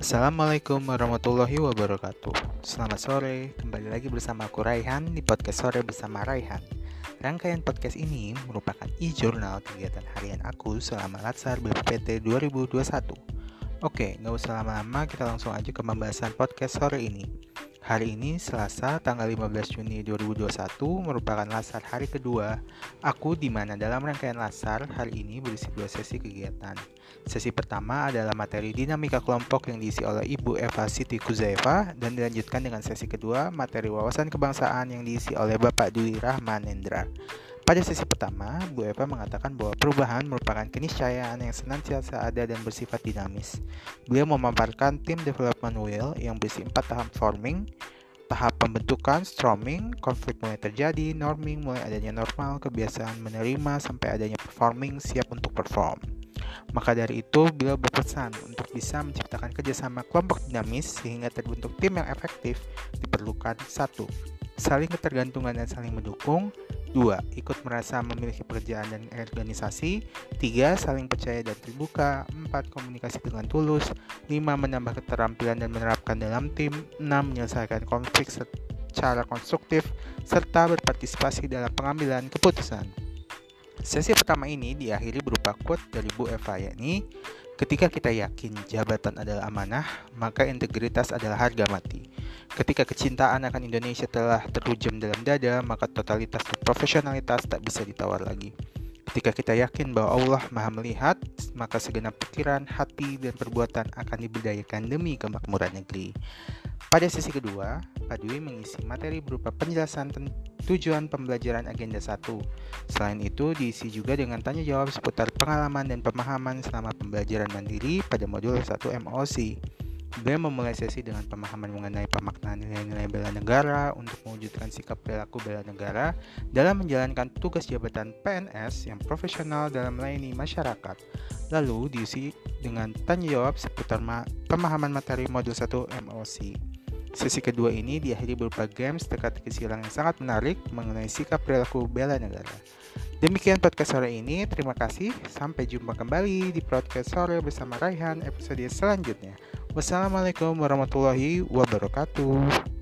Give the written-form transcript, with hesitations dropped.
Assalamualaikum warahmatullahi wabarakatuh. Selamat sore, kembali lagi bersama aku Raihan di podcast Sore Bersama Raihan. Rangkaian podcast ini merupakan e-journal kegiatan harian aku selama Latsar BPPT 2021. Oke, gak usah lama-lama, kita langsung aja ke pembahasan podcast sore ini. Hari ini Selasa tanggal 15 Juni 2021 merupakan Latsar hari kedua aku, di mana dalam rangkaian Latsar hari ini berisi 2 sesi kegiatan. Sesi pertama adalah materi dinamika kelompok yang diisi oleh Ibu Eva Siti Kuzaeva, dan dilanjutkan dengan sesi kedua materi wawasan kebangsaan yang diisi oleh Bapak Dwi Rahmanendra. Pada sesi pertama, Bu Eva mengatakan bahwa perubahan merupakan keniscayaan yang senantiasa ada dan bersifat dinamis. Beliau memaparkan tim development wheel yang berisi 4 tahap forming, tahap pembentukan, storming, konflik mulai terjadi, norming mulai adanya normal, kebiasaan menerima, sampai adanya performing, siap untuk perform. Maka dari itu, beliau berpesan untuk bisa menciptakan kerjasama kelompok dinamis sehingga terbentuk tim yang efektif diperlukan 1. Saling ketergantungan dan saling mendukung. 2. Ikut merasa memiliki pekerjaan dan organisasi. 3. Saling percaya dan terbuka. 4. Komunikasi dengan tulus. 5. Menambah keterampilan dan menerapkan dalam tim. 6. Menyelesaikan konflik secara konstruktif serta berpartisipasi dalam pengambilan keputusan. Sesi pertama ini diakhiri berupa quote dari Bu Eva, yakni, ketika kita yakin jabatan adalah amanah, maka integritas adalah harga mati. Ketika kecintaan akan Indonesia telah terhujam dalam dada, maka totalitas dan profesionalitas tak bisa ditawar lagi. Ketika kita yakin bahwa Allah Maha Melihat, maka segenap pikiran, hati, dan perbuatan akan diberdayakan demi kemakmuran negeri. Pada sesi kedua, Pak Dwi mengisi materi berupa penjelasan tujuan pembelajaran agenda 1. Selain itu, diisi juga dengan tanya jawab seputar pengalaman dan pemahaman selama pembelajaran mandiri pada modul 1 MOC. Beliau memulai sesi dengan pemahaman mengenai pemaknaan nilai-nilai bela negara untuk mewujudkan sikap perilaku bela negara dalam menjalankan tugas jabatan PNS yang profesional dalam melayani masyarakat. Lalu diisi dengan tanya jawab seputar pemahaman materi modul 1 MOC. Sesi kedua ini diakhiri berupa games teka-teki silang yang sangat menarik mengenai sikap perilaku bela negara. Demikian podcast sore ini, terima kasih. Sampai jumpa kembali di podcast Sore Bersama Raihan episode selanjutnya. Wassalamualaikum warahmatullahi wabarakatuh.